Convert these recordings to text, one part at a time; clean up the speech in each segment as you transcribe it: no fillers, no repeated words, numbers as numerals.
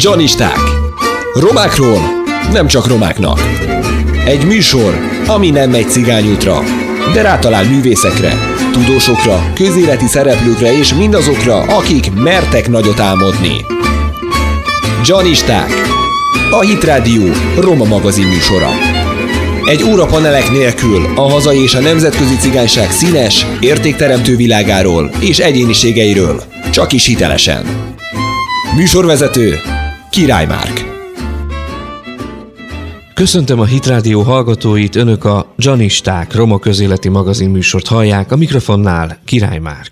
Zsanisták. Romákról nem csak romáknak. Egy műsor, ami nem megy cigányútra, de rátalál művészekre, tudósokra, közéleti szereplőkre és mindazokra, akik mertek nagyot álmodni. Zsanisták. A Hit Rádió roma magazin műsora. Egy óra panelek nélkül a hazai és a nemzetközi cigányság színes, értékteremtő világáról és egyéniségeiről, csak is hitelesen. Műsorvezető Király Márk. Köszöntöm a Hit Rádió hallgatóit, önök a Zsanisták roma közéleti magazin műsort hallják, a mikrofonnál Király Márk.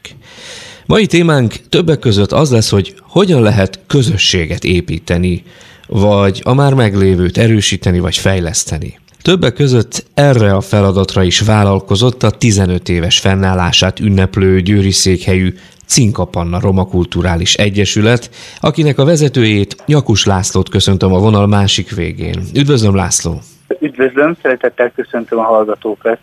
Mai témánk többek között az lesz, hogy hogyan lehet közösséget építeni, vagy a már meglévőt erősíteni vagy fejleszteni. Többek között erre a feladatra is vállalkozott a 15 éves fennállását ünneplő győri székhelyű Cinka Panna Roma Kulturális Egyesület, akinek a vezetőjét, Nyakus Lászlót köszöntöm a vonal másik végén. Üdvözlöm, László! Üdvözlöm, szeretettel köszöntöm a hallgatókat!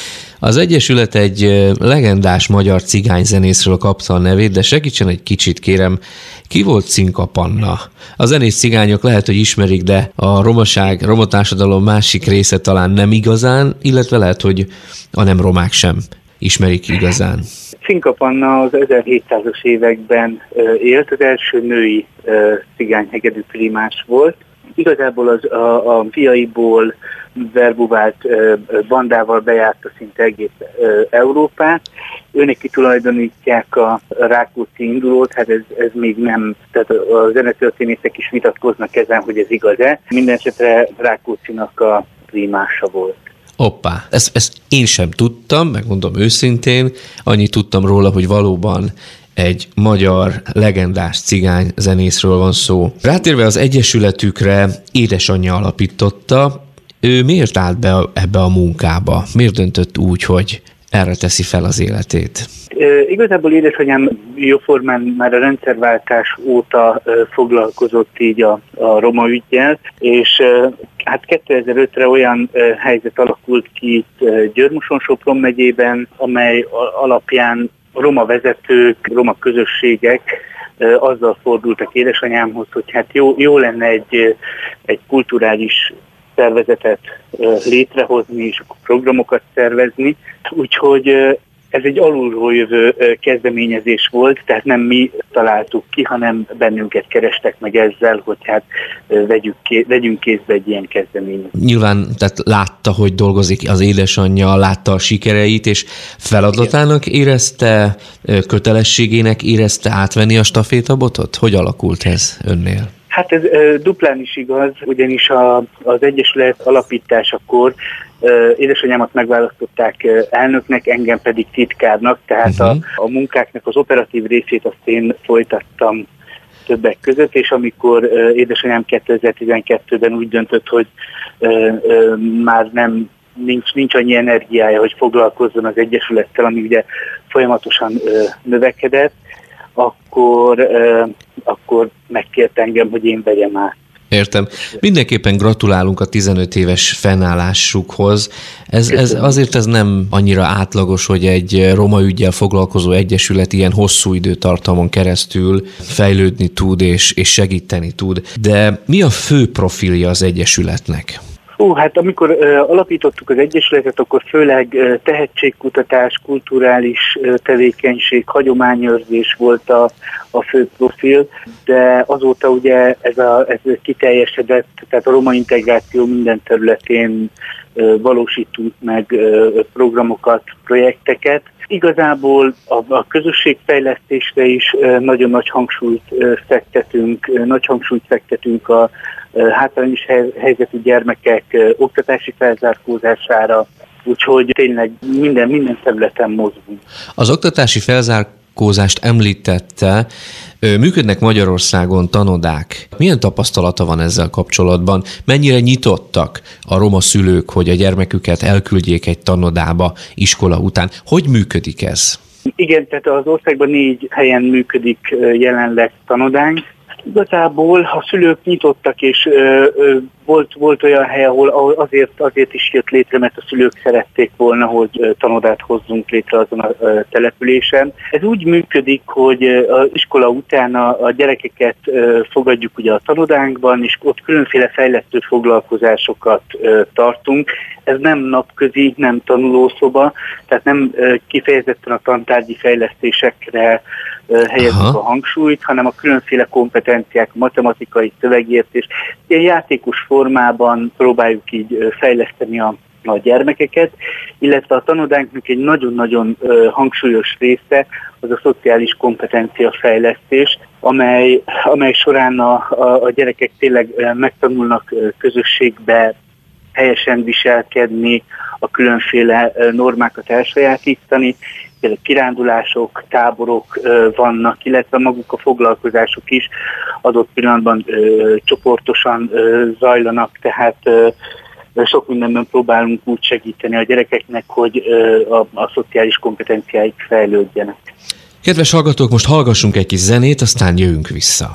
Az Egyesület egy legendás magyar cigányzenészről kapta a nevét, de segítsen egy kicsit, kérem, ki volt Cinka Panna? A zenész cigányok lehet, hogy ismerik, de a romaság, roma társadalom másik része talán nem igazán, illetve lehet, hogy a nem romák sem ismerik igazán. Cinka Panna az 1700-as években élt, az első női cigányhegedű primás volt. Igazából a fiaiból verbuvált bandával bejárta szinte egész Európát. Őneki tulajdonítják a Rákóczi indulót, hát ez még nem, tehát a zenetörténészek is vitatkoznak ezen, hogy ez igaz-e. Mindenesetre Rákóczinak a primása volt. Hoppá, ezt én sem tudtam, megmondom őszintén, annyit tudtam róla, hogy valóban egy magyar legendás cigány zenészről van szó. Rátérve az egyesületükre, édesanyja alapította, ő miért állt be ebbe a munkába? Miért döntött úgy, hogy erre teszi fel az életét? Igazából édesanyám jóformán már a rendszerváltás óta foglalkozott így a roma üggyel, és hát 2005-re olyan helyzet alakult ki itt Győr-Moson-Sopron megyében, amely alapján roma vezetők, roma közösségek azzal fordultak édesanyámhoz, hogy hát jó lenne egy kulturális szervezetet létrehozni, és akkor programokat szervezni. Úgyhogy ez egy alulról jövő kezdeményezés volt, tehát nem mi találtuk ki, hanem bennünket kerestek meg ezzel, hogy hát vegyünk kézbe egy ilyen kezdeményezést. Nyilván tehát látta, hogy dolgozik az édesanyja, látta a sikereit, és feladatának érezte, kötelességének érezte átvenni a stafétabotot? Hogy alakult ez önnél? Hát ez duplán is igaz, ugyanis az Egyesület alapításakor édesanyámat megválasztották elnöknek, engem pedig titkárnak, tehát a munkáknak az operatív részét azt én folytattam többek között, és amikor édesanyám 2012-ben úgy döntött, hogy már nincs annyi energiája, hogy foglalkozzon az Egyesülettel, ami ugye folyamatosan növekedett, akkor megkért engem, hogy én vegyem át. Értem. Mindenképpen gratulálunk a 15 éves fennállásukhoz. Ez nem annyira átlagos, hogy egy roma üggyel foglalkozó egyesület ilyen hosszú időtartamon keresztül fejlődni tud és segíteni tud. De mi a fő profilja az egyesületnek? Hát amikor alapítottuk az Egyesületet, akkor főleg tehetségkutatás, kulturális tevékenység, hagyományőrzés volt a fő profil, de azóta ugye ez kiteljesedett, tehát a roma integráció minden területén valósítunk meg programokat, projekteket. Igazából a közösségfejlesztésre is nagyon nagy hangsúlyt fektetünk a hátrányos helyzetű gyermekek oktatási felzárkózására, úgyhogy tényleg minden területen mozgunk. Az oktatási felzárkózást említette, működnek Magyarországon tanodák. Milyen tapasztalata van ezzel kapcsolatban? Mennyire nyitottak a roma szülők, hogy a gyermeküket elküldjék egy tanodába iskola után? Hogy működik ez? Igen, tehát az országban 4 helyen működik jelenleg tanodánk. Igazából a szülők nyitottak, és volt olyan hely, ahol azért is jött létre, mert a szülők szerették volna, hogy tanodát hozzunk létre azon a településen. Ez úgy működik, hogy az iskola után a gyerekeket fogadjuk ugye a tanodánkban, és ott különféle fejlesztő foglalkozásokat tartunk. Ez nem napközi, nem tanulószoba, tehát nem kifejezetten a tantárgyi fejlesztésekre helyezzük a hangsúlyt, hanem a különféle kompetenciák, matematikai szövegértés. Ilyen játékos formában próbáljuk így fejleszteni a gyermekeket, illetve a tanodánknak egy nagyon-nagyon hangsúlyos része az a szociális kompetencia fejlesztés, amely során a gyerekek tényleg megtanulnak közösségbe helyesen viselkedni, a különféle normákat elsajátítani, kirándulások, táborok vannak, illetve maguk a foglalkozások is adott pillanatban csoportosan zajlanak, tehát sok mindenben próbálunk úgy segíteni a gyerekeknek, hogy a szociális kompetenciáik fejlődjenek. Kedves hallgatók, most hallgassunk egy kis zenét, aztán jövünk vissza.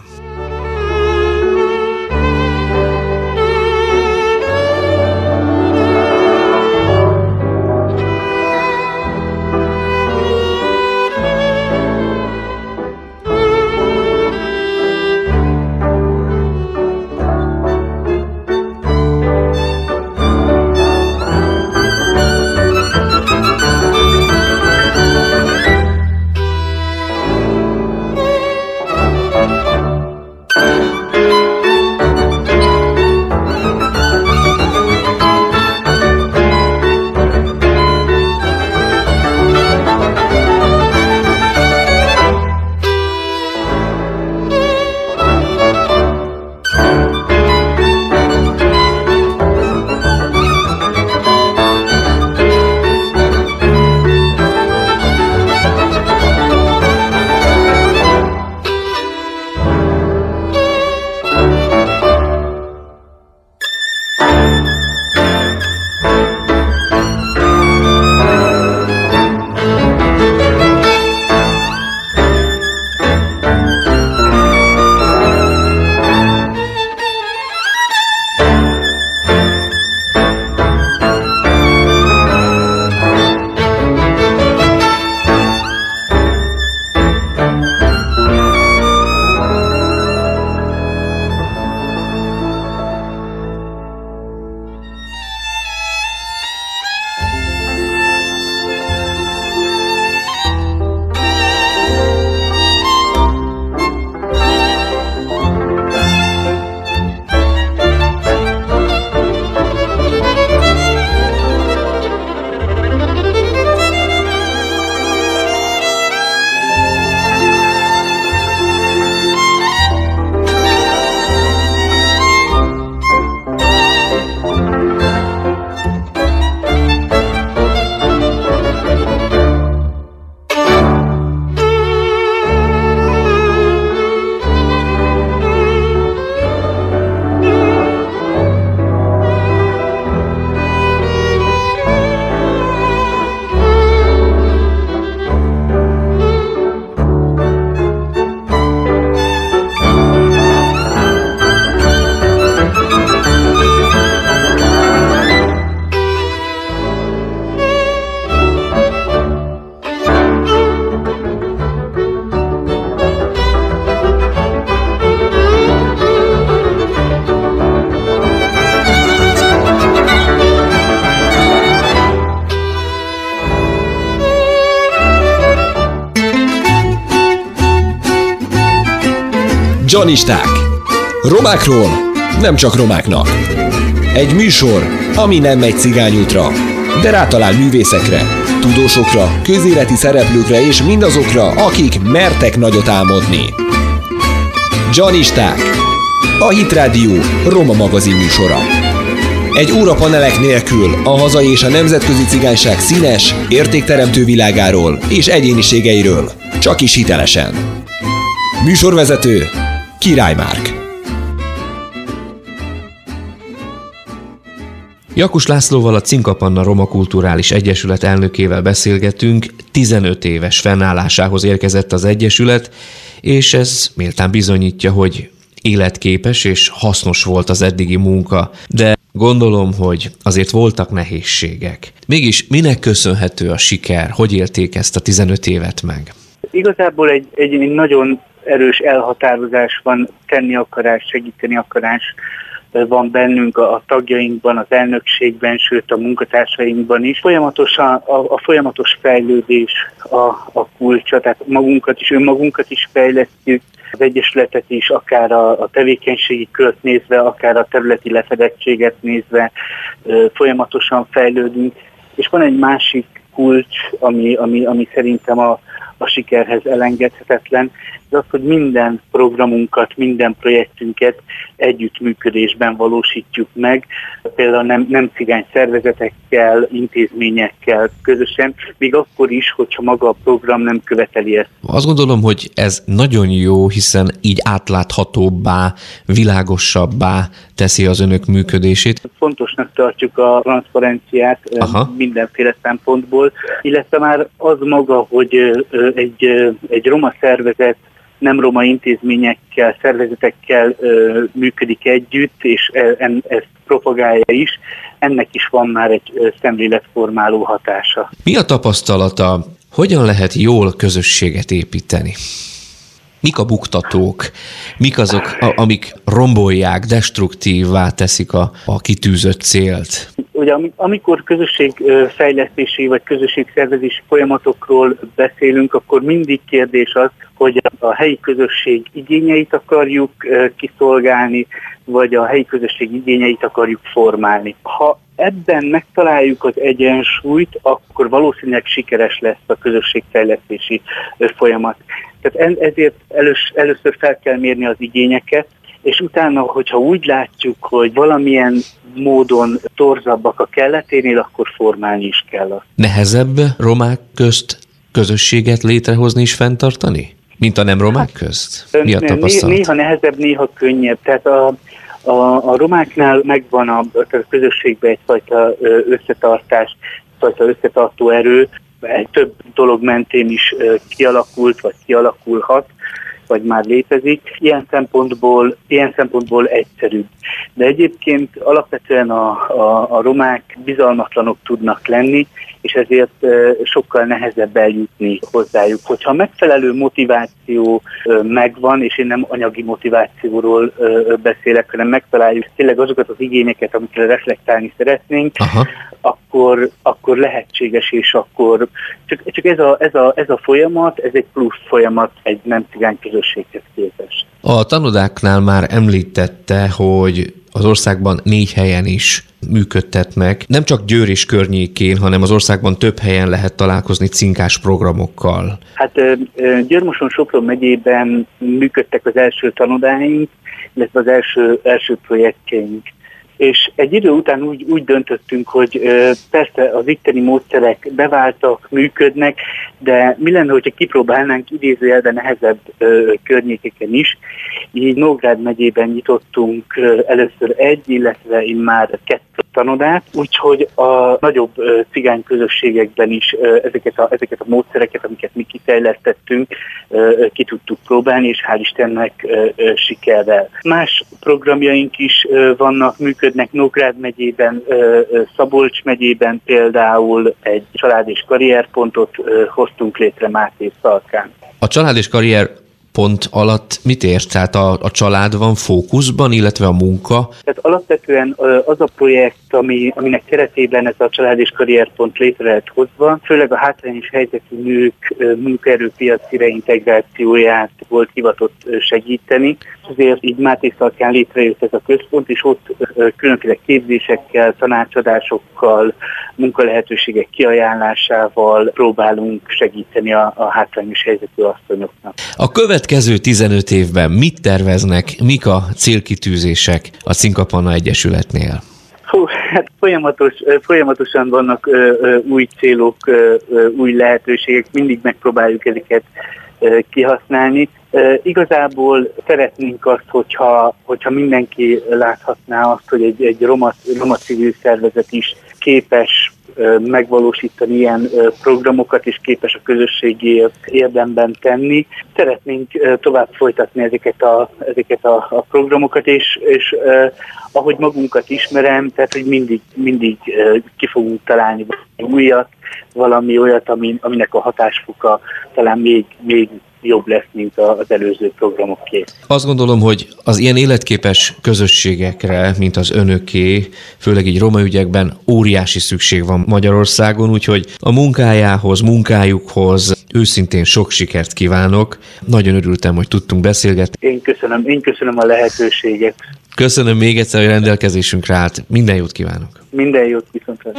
Janisták. Romákról nem csak romáknak. Egy műsor, ami nem megy cigányútra, de rátalál művészekre, tudósokra, közéleti szereplőkre és mindazokra, akik mertek nagyot álmodni. Janisták. A Hit Rádió roma magazin műsora. Egy óra panelek nélkül a hazai és a nemzetközi cigányság színes, értékteremtő világáról és egyéniségeiről, csak is hitelesen. Műsorvezető Király Márk. Jakus Lászlóval, a Cinkapanna Roma Kulturális Egyesület elnökével beszélgetünk. 15 éves fennállásához érkezett az egyesület, és ez méltán bizonyítja, hogy életképes és hasznos volt az eddigi munka, de gondolom, hogy azért voltak nehézségek. Mégis minek köszönhető a siker? Hogy élték ezt a 15 évet meg? Igazából egy nagyon erős elhatározás van, tenni akarás, segíteni akarás van bennünk a tagjainkban, az elnökségben, sőt a munkatársainkban is. Folyamatosan a folyamatos fejlődés a kulcsa, tehát önmagunkat is fejlesztjük, az egyesületet is, akár a tevékenységi kört nézve, akár a területi lefedettséget nézve folyamatosan fejlődünk. És van egy másik kulcs, ami szerintem a sikerhez elengedhetetlen, az az, hogy minden programunkat, minden projektünket együttműködésben valósítjuk meg, például nem cigány szervezetekkel, intézményekkel közösen, még akkor is, hogyha maga a program nem követeli ezt. Azt gondolom, hogy ez nagyon jó, hiszen így átláthatóbbá, világosabbá teszi az önök működését. Fontosnak tartjuk a transzparenciát mindenféle szempontból, illetve már az maga, hogy egy roma szervezet nem roma intézményekkel, szervezetekkel működik együtt, és ezt propagálja is, ennek is van már egy szemléletformáló hatása. Mi a tapasztalata? Hogyan lehet jól közösséget építeni? Mik a buktatók? Mik azok, amik rombolják, destruktívvá teszik a kitűzött célt? Ugye, amikor közösségfejlesztési vagy közösségszervezési folyamatokról beszélünk, akkor mindig kérdés az, hogy a helyi közösség igényeit akarjuk kiszolgálni, vagy a helyi közösség igényeit akarjuk formálni. Ha ebben megtaláljuk az egyensúlyt, akkor valószínűleg sikeres lesz a közösségfejlesztési folyamat. Tehát ezért először fel kell mérni az igényeket, és utána, hogyha úgy látjuk, hogy valamilyen módon torzabbak a kelleténél, akkor formálni is kell azt. Nehezebb romák közt közösséget létrehozni és fenntartani, mint a nem romák közt? Mi a tapasztalat? Néha nehezebb, néha könnyebb. Tehát a romáknál megvan a közösségben egyfajta összetartás, egyfajta összetartó erő, egy több dolog mentén is kialakult, vagy kialakulhat, vagy már létezik. Ilyen szempontból egyszerűbb. De egyébként alapvetően a romák bizalmatlanok tudnak lenni, és ezért sokkal nehezebb eljutni hozzájuk. Hogyha megfelelő motiváció megvan, és én nem anyagi motivációról beszélek, hanem megtaláljuk tényleg azokat az igényeket, amikre reflektálni szeretnénk, akkor lehetséges, és akkor csak ez a folyamat, ez egy plusz folyamat egy nem cigány közösséghez képest. A tanodáknál már említette, hogy az országban 4 helyen is működtetnek. Nem csak Győr és környékén, hanem az országban több helyen lehet találkozni cinkás programokkal. Hát Győr-Moson-Sopron megyében működtek az első tanodáink, illetve az első projektjeink. És egy idő után úgy döntöttünk, hogy persze az itteni módszerek beváltak, működnek, de mi lenne, hogyha kipróbálnánk idézőjelben nehezebb környékeken is. Így Nógrád megyében nyitottunk először 1, illetve immár 2 tanodát, úgyhogy a nagyobb cigány közösségekben is ezeket a módszereket, amiket mi kifejlesztettünk, ki tudtuk próbálni, és hál' Istennek sikerrel. Más programjaink is vannak, működnek Nógrád megyében, Szabolcs megyében például egy család- és karrierpontot hoztunk létre Mátészalkán. A család- és karrierpont alatt mit ért? Tehát a család van fókuszban, illetve a munka? Tehát alapvetően az a projekt, aminek keretében ez a család- és karrierpont létre lett hozva, főleg a hátrányos helyzetű nők munkaerőpiaci reintegrációját volt hivatott segíteni. Ezért így Mátészalkán létrejött ez a központ, és ott különféle képzésekkel, tanácsadásokkal, munkalehetőségek kiajánlásával próbálunk segíteni a hátrányos helyzetű asszonyoknak. A következő 15 évben mit terveznek, mik a célkitűzések a Cinkapanna Egyesületnél? Hát folyamatosan vannak új célok, új lehetőségek, mindig megpróbáljuk ezeket kihasználni. Igazából szeretnénk azt, hogyha mindenki láthatná azt, hogy egy roma civil szervezet is képes megvalósítani ilyen programokat, és képes a közösségi érdemben tenni. Szeretnénk tovább folytatni ezeket a programokat, és ahogy magunkat ismerem, tehát hogy mindig ki fogunk találni valami újat, valami olyat, aminek a hatásfoka talán még jobb lesz, mint az előző programoké. Azt gondolom, hogy az ilyen életképes közösségekre, mint az önöké, főleg így roma ügyekben óriási szükség van Magyarországon, úgyhogy a munkájukhoz őszintén sok sikert kívánok. Nagyon örültem, hogy tudtunk beszélgetni. Én köszönöm a lehetőséget. Köszönöm még egyszer, hogy rendelkezésünkre állt. Minden jót kívánok. Minden jót, viszontlátásra.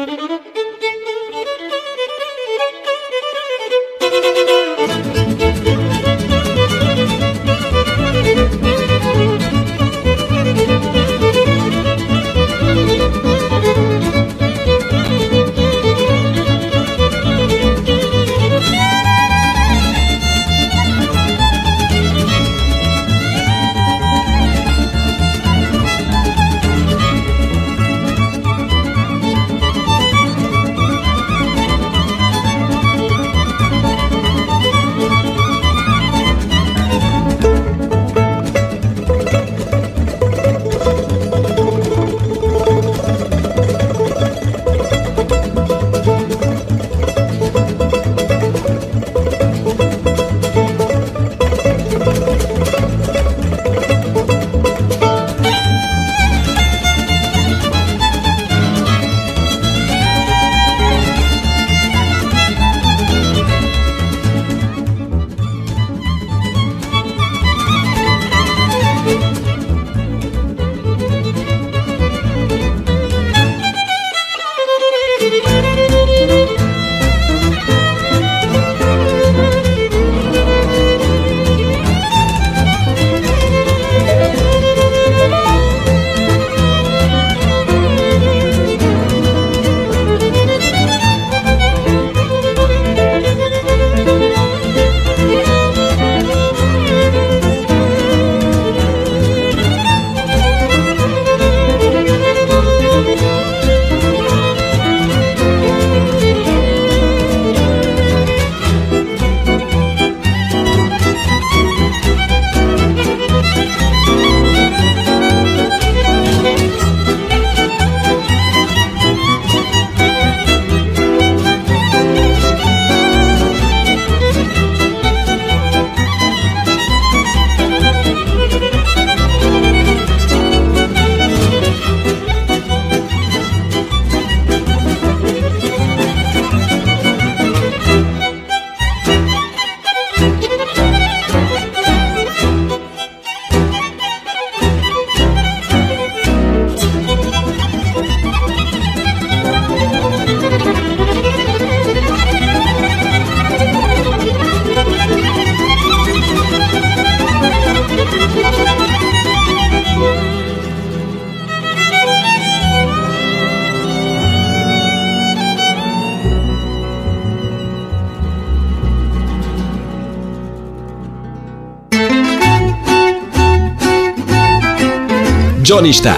Dzsanisták.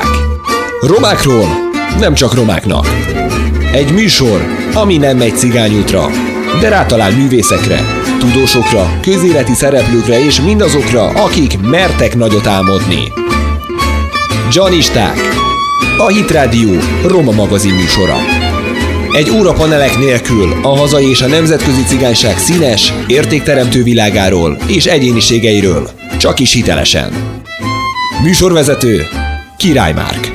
Romákról nem csak romáknak. Egy műsor, ami nem megy cigányútra, de rátalál művészekre, tudósokra, közéleti szereplőkre és mindazokra, akik mertek nagyot álmodni. Dzsanisták. A Hit Rádió roma magazin műsora. Egy óra panelek nélkül a hazai és a nemzetközi cigányság színes, értékteremtő világáról és egyéniségeiről, csak is hitelesen. Műsorvezető Király Márk.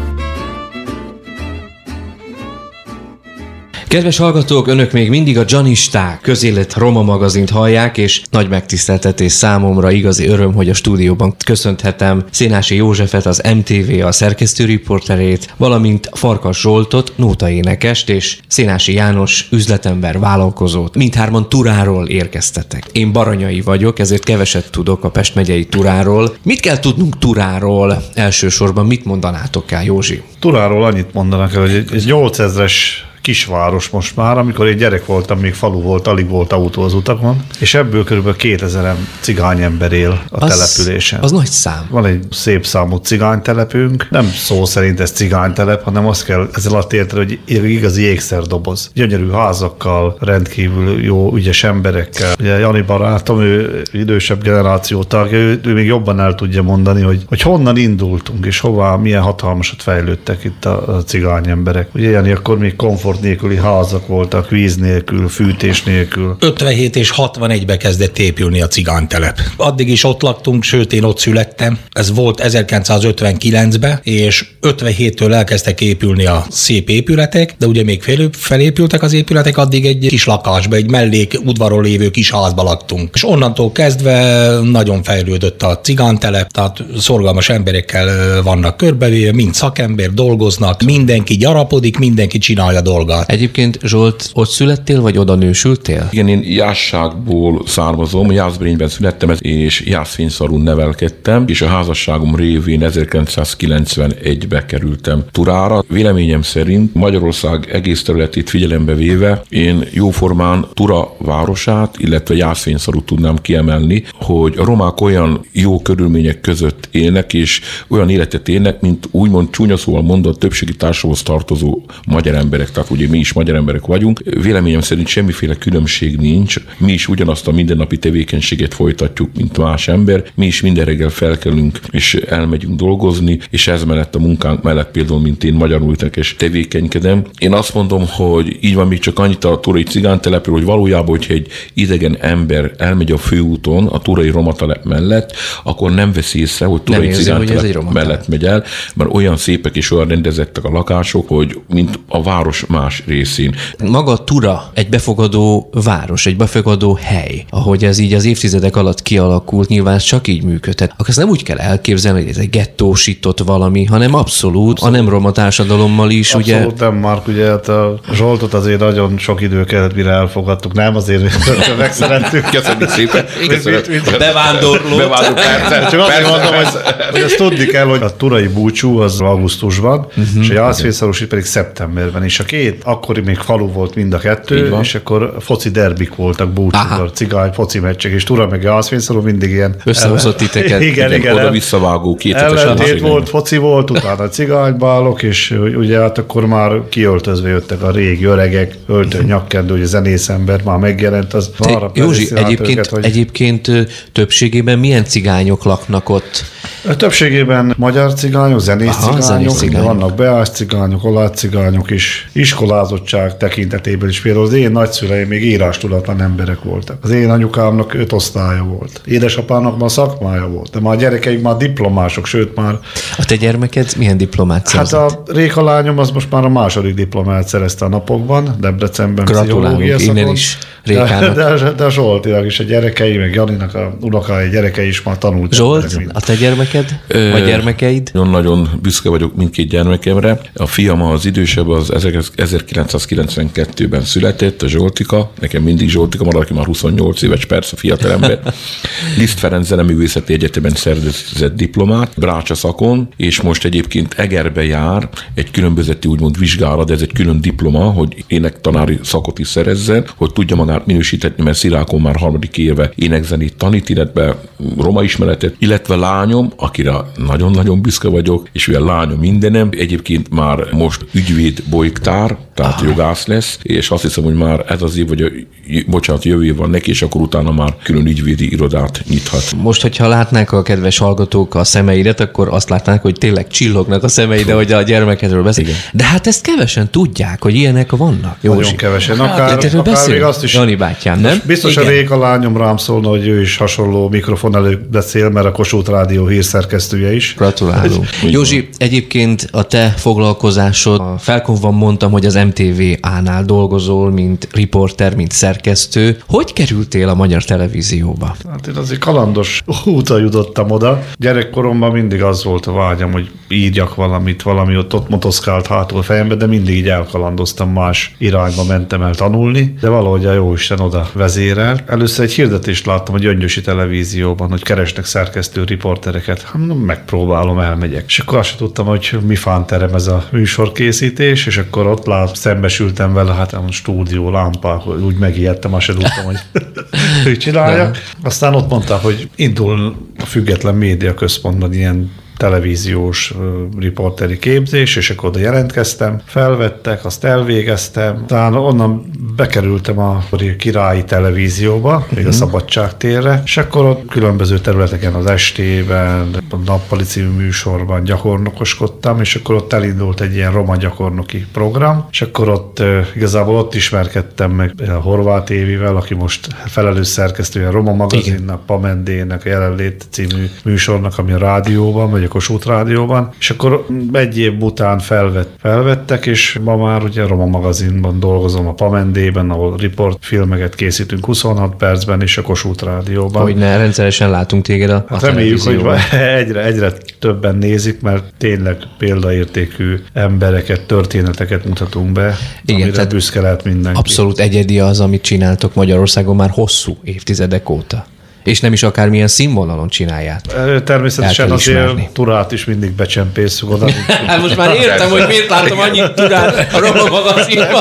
Kedves hallgatók, önök még mindig a Dzsanisták közélet roma magazint hallják, és nagy megtiszteltetés számomra, igazi öröm, hogy a stúdióban köszönhetem Szénási Józsefet, az MTV a szerkesztőriporterét, valamint Farkas Zsoltot, nótaénekest, és Szénási János üzletember vállalkozót. Mindhárman Turáról érkeztetek. Én baranyai vagyok, ezért keveset tudok a Pest megyei Turáról. Mit kell tudnunk Turáról? Elsősorban mit mondanátok el, Józsi? Turáról annyit mondanak el, hogy egy 8000-es kisváros most már, amikor én gyerek voltam, még falu volt, alig volt autó az utakon, és ebből kb. 2000 cigány ember él a településen. Az nagy szám. Van egy szép számú cigánytelepünk, nem szó szerint ez cigánytelep, hanem azt kell ezzel alatt érteni, hogy igazi ékszerdoboz. Gyönyörű házakkal, rendkívül jó, ügyes emberekkel. Ugye Jani barátom, ő idősebb generáció tagja, ő még jobban el tudja mondani, hogy honnan indultunk, és hová, milyen hatalmasat fejlődtek itt a cigány emberek. Ugye Jani, akkor még komfort nélküli házak voltak, víz nélkül, fűtés nélkül. 57 és 61-be kezdett épülni a cigánytelep. Addig is ott laktunk, sőt én ott születtem. Ez volt 1959-ben, és 57-től elkezdtek épülni a szép épületek, de ugye még felépültek az épületek, addig egy kis lakásba, egy mellék udvaron lévő kis házba laktunk. És onnantól kezdve nagyon fejlődött a cigánytelep, tehát szorgalmas emberekkel vannak körbevéve, mind szakember, dolgoznak, mindenki gyarapodik, mindenki csinálja dolgát. Egyébként Zsolt, ott születtél, vagy oda nősültél? Igen, én Jászságból származom, Jászberényben születtem, és Jászfényszarún nevelkedtem, és a házasságom révén 1991-be kerültem Turára. Véleményem szerint Magyarország egész területét figyelembe véve én jóformán Tura városát, illetve Jászfényszarút tudnám kiemelni, hogy a romák olyan jó körülmények között élnek, és olyan életet élnek, mint úgymond csúnya szóval mondva többségi társadalomhoz tartozó magyar emberek, tehát ugye mi is magyar emberek vagyunk. Véleményem szerint semmiféle különbség nincs. Mi is ugyanazt a mindennapi tevékenységet folytatjuk, mint más ember. Mi is minden reggel felkelünk, és elmegyünk dolgozni, és ez mellett a munkánk mellett például, mint én magyarul és tevékenykedem. Én azt mondom, hogy így van még csak annyit a turai cigánytelepről, hogy valójában, hogyha egy idegen ember elmegy a főúton a turai romatelep mellett, akkor nem veszi észre, hogy turai cigánytelep mellett megy el, mert olyan szépek és olyan rendezettek a lakások, hogy mint a város más részén. Maga Tura egy befogadó város, egy befogadó hely, ahogy ez így az évtizedek alatt kialakult, nyilván csak így működhet. Akkor ezt nem úgy kell elképzelni, hogy ez egy gettósított valami, hanem abszolút a nem roma társadalommal is, abszolút ugye? Abszolút nem, Mark, ugye hát a Zsoltot azért nagyon sok idő kellett, mire elfogadtuk, nem azért megszerettük. Köszönjük szépen. Bevándorló. Csak azért mondom, hogy ezt tudni kell, hogy a turai búcsú az augusztusban, és a Jászfényszarúsi pedig szeptemberben, és a két, akkori még falu volt mind a kettő, és akkor foci derbik voltak búcsúkor, cigány foci meccsek, és Tura meg Jászfényszarú mindig ilyen összehozott titeket. Igen, oda-visszavágó kétetes. Ellentét volt, foci volt, utána cigánybálok, és ugye hát akkor már kiöltözve jöttek a régi öregek, öltön, nyakkendő, hogy a zenészember már megjelent, az arra Józsi, egyébként többségében milyen cigányok laknak ott? Többségében magyar cigányok, zenész cigányok, vannak beás cigányok, olász cigányok is, iskolázottság tekintetében is. Például az én nagyszüleim még írástudatlan emberek voltak. Az én anyukámnak 5 osztálya volt. Édesapának már szakmája volt, de már a gyerekeik már diplomások, sőt már... A te gyermeked milyen diplomát szerzett? Hát a Réka lányom az most már a második diplomát szerezte a napokban, Debrecenben. Gratulálunk innen is Rékának. De a Zsoltinak is a gyerekei, meg Janinak a unokái gyerekei is már tanultak. Zsolt, a te gyermeked? Vagy gyermekeid? Nagyon büszke vagyok mindkét gyermekemre. A fiam az idősebb, az 1992-ben született, a Zsoltika. Nekem mindig Zsoltika marad, aki már 28 éves, persze fiatalember. Liszt Ferenc Zeneművészeti Egyetemen szerzett diplomát, Brácsa szakon, és most egyébként Egerbe jár egy különbözeti úgymond vizsgára, de ez egy külön diploma, hogy énektanári szakot is szerezzen, hogy tudja magát minősíteni, mert Szilákon már 3. éve énekzenét tanít, illetve roma ismeretet, illetve lányom, akire nagyon-nagyon büszke vagyok, és ugye lányom mindenem, egyébként már most ügyvéd bojktár, tehát jogász lesz, és azt hiszem, hogy már ez az év, vagy jövő év van neki, és akkor utána már külön ügyvédi irodát nyithat. Most, hogyha látnák a kedves hallgatók a szemeidet, akkor azt látnák, hogy tényleg csillognak a szemeid, ahogy a gyermekedről beszél. De hát ezt kevesen tudják, hogy ilyenek vannak. Nagyon kevesen. Akár még azt is. Jani bátyám, nem? Biztos a Réka lányom rám szólna, hogy ő is hasonló mikrofon előtt beszél, mert a Kossuth Rádió hírszerkesztője is. Gratulálunk. Józsi, egyébként a te foglalkozásod, a Felkonban mondtam, hogy az MTV-nál dolgozol, mint riporter, mint szerkesztő. Hogy kerültél a magyar televízióba? Hát én azért kalandos úton jutottam oda. Gyerekkoromban mindig az volt a vágyam, hogy írjak valamit, valami ott motoszkált hátul a fejembe, de mindig így elkalandoztam, más irányba mentem el tanulni, de valahogy a jóisten oda vezérel. Először egy hirdetést láttam a Gyöngyösi Televízióban, hogy keresnek szerkesztő riportereket lehet. Megpróbálom, elmegyek. És akkor azt sem tudtam, hogy mi fánterem ez a műsorkészítés, és akkor ott szembesültem vele, hát a stúdió lámpa, úgy megijedtem, azt sem tudtam, hogy csináljak. Aztán ott mondták, hogy indul a Független Média Központban ilyen televíziós riporteri képzés, és akkor oda jelentkeztem, felvettek, azt elvégeztem, talán onnan bekerültem a Királyi Televízióba, még a Szabadságtérre, és akkor ott különböző területeken az estében, a Nappali című műsorban gyakornokoskodtam, és akkor ott elindult egy ilyen roma gyakornoki program, és akkor ott igazából ott ismerkedtem meg a Horváth Évivel, aki most felelős szerkesztője a Roma Magazinnak, Pamendének, a Jelenlét című műsornak, ami a rádióban, vagy a Kossuth Rádióban, és akkor egy év után felvettek, és ma már ugye a Roma Magazinban dolgozom, a Pamendében, ahol riportfilmeket készítünk 26 percben, és a Kossuth Rádióban. Hogy ne, rendszeresen látunk téged a reméljük, hogy egyre többen nézik, mert tényleg példaértékű embereket, történeteket mutatunk be, igen, amire büszke lehet mindenki. Abszolút egyedi az, amit csináltok Magyarországon már hosszú évtizedek óta. És nem is akármilyen színvonalon csinálják. Természetesen azért turát is mindig becsempészünk oda. Hát most már értem, hogy miért látom annyi turát a Roma Magazinban.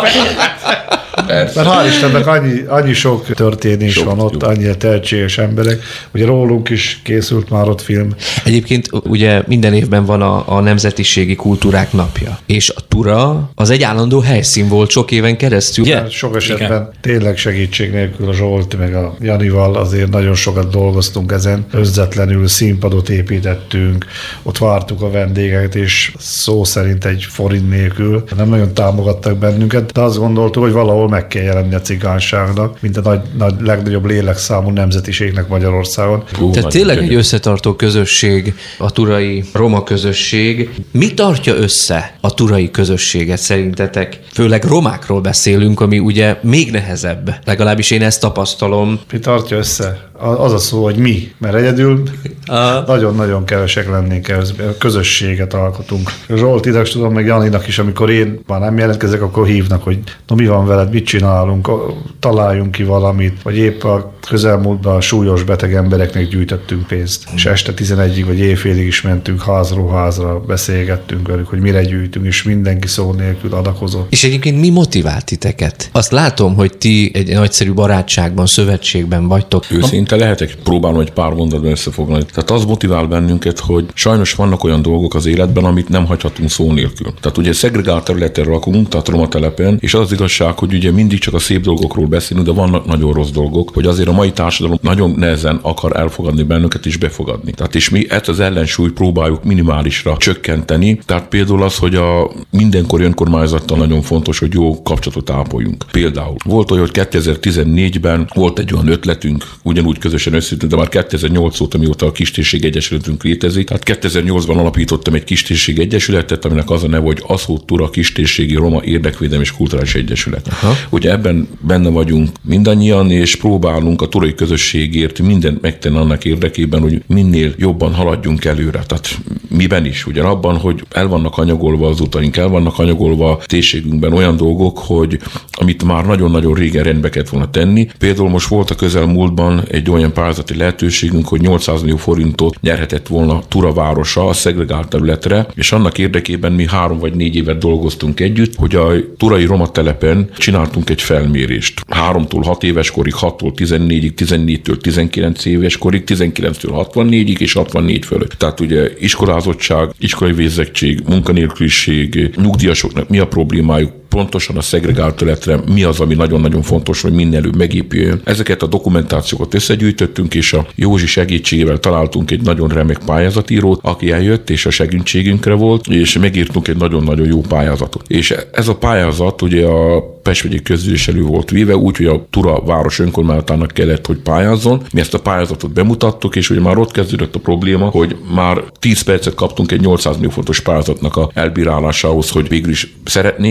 Mert hál' Istennek annyi sok történés van ott, annyi tehetséges emberek, ugye rólunk is készült már ott film. Egyébként ugye minden évben van a Nemzetiségi Kultúrák Napja, és a tura az egy állandó helyszín volt sok éven keresztül. Yeah. Sok esetben tényleg segítség nélkül a Zsolti meg a Janival azért nagyon sokat dolgoztunk ezen, özzetlenül színpadot építettünk, ott vártuk a vendégeket, és szó szerint egy forint nélkül nem nagyon támogattak bennünket, de azt gondoltuk, hogy valahol meg kell jelenni a cigányságnak, mint a legnagyobb lélekszámú nemzetiségnek Magyarországon. Tehát tényleg egy összetartó közösség, a turai roma közösség. Mi tartja össze a turai közösséget szerintetek? Főleg romákról beszélünk, ami ugye még nehezebb. Legalábbis én ezt tapasztalom. Mi tartja össze? Az a szó, hogy mi, mert egyedül nagyon-nagyon kevesek lennénk, közösséget alkotunk. Zsolt ides tudom, meg Janinak is, amikor én már nem jelentkezek, akkor hívnak, hogy na mi van veled, mit csinálunk, találjunk ki valamit, vagy épp a közelmúltban súlyos beteg embereknek gyűjtöttünk pénzt. És este 11-ig vagy éjfélig is mentünk házról házra, beszélgettünk velük, hogy mire gyűjtünk, és mindenki szó nélkül adakozott. És egyébként mi motivált titeket? Azt látom, hogy ti egy nagyszerű barátságban, szövetségben vagytok. Őszinte lehetek, próbálom egy pár mondatban összefoglalni. Tehát az motivál bennünket, hogy sajnos vannak olyan dolgok az életben, amit nem hagyhatunk szó nélkül. Tehát ugye szegregált területen lakunk, tehát roma telepen, és az igazság, hogy ugye mindig csak a szép dolgokról beszélünk, de vannak nagyon rossz dolgok, hogy azért a mai társadalom nagyon nehezen akar elfogadni bennünket és befogadni. Tehát és mi ezt az ellensúlyt próbáljuk minimálisra csökkenteni. Tehát például az, hogy a mindenkori önkormányzattal nagyon fontos, hogy jó kapcsolatot ápoljunk. Például volt olyan, hogy 2014-ben volt egy olyan ötletünk, ugyanúgy közösen összeütünk, de már 2008 óta, mióta a Kistérség Egyesületünk létezik. Tehát 2008-ban alapítottam egy Kistérség Egyesületet, aminek az a neve, hogy Aszód Tura Kistérségi Roma Érdekvédelmi és Kulturális Egyesület. Aha. Ugye ebben benne vagyunk mindannyian, és próbálunk a turai közösségért mindent megtenni annak érdekében, hogy minél jobban haladjunk előre. Tehát miben is? Ugye abban, hogy el vannak anyagolva az utaink, el vannak anyagolva a térségünkben olyan dolgok, hogy amit már nagyon-nagyon régen rendbe kellett volna tenni. Például most volt a közelmúltban egy olyan pályázati lehetőségünk, hogy 800 millió forintot nyerhetett volna Tura városa a szegregált területre, és annak érdekében mi 3 vagy 4 évet dolgoztunk együtt, hogy a turai roma telepen csináltunk egy felmérést. 3-tól 6 éves korig, 6-tól 14-ig, 14-től 19 éves korig, 19-től 64-ig és 64 fölött. Tehát ugye iskolázottság, iskolai végzettség, munkanélküliség, nyugdíjasoknak mi a problémájuk, pontosan a szegregált területre mi az, ami nagyon-nagyon fontos, hogy minél előbb megépüljön. Ezeket a dokumentációkat összegyűjtöttünk, és a Józsi segítségével találtunk egy nagyon remek pályázatírót, aki eljött, és a segítségünkre volt, és megírtunk egy nagyon-nagyon jó pályázatot. És ez a pályázat ugye a Pest megyei közgyűlés elő volt véve, úgyhogy a Tura város önkormányzatának kellett, hogy pályázzon. Mi ezt a pályázatot bemutattuk, és ugye már ott kezdődött a probléma, hogy már 10 percet kaptunk egy 800 millió fontos pályázatnak a elbírálásához, hogy végül is szeretnék ezt, hogy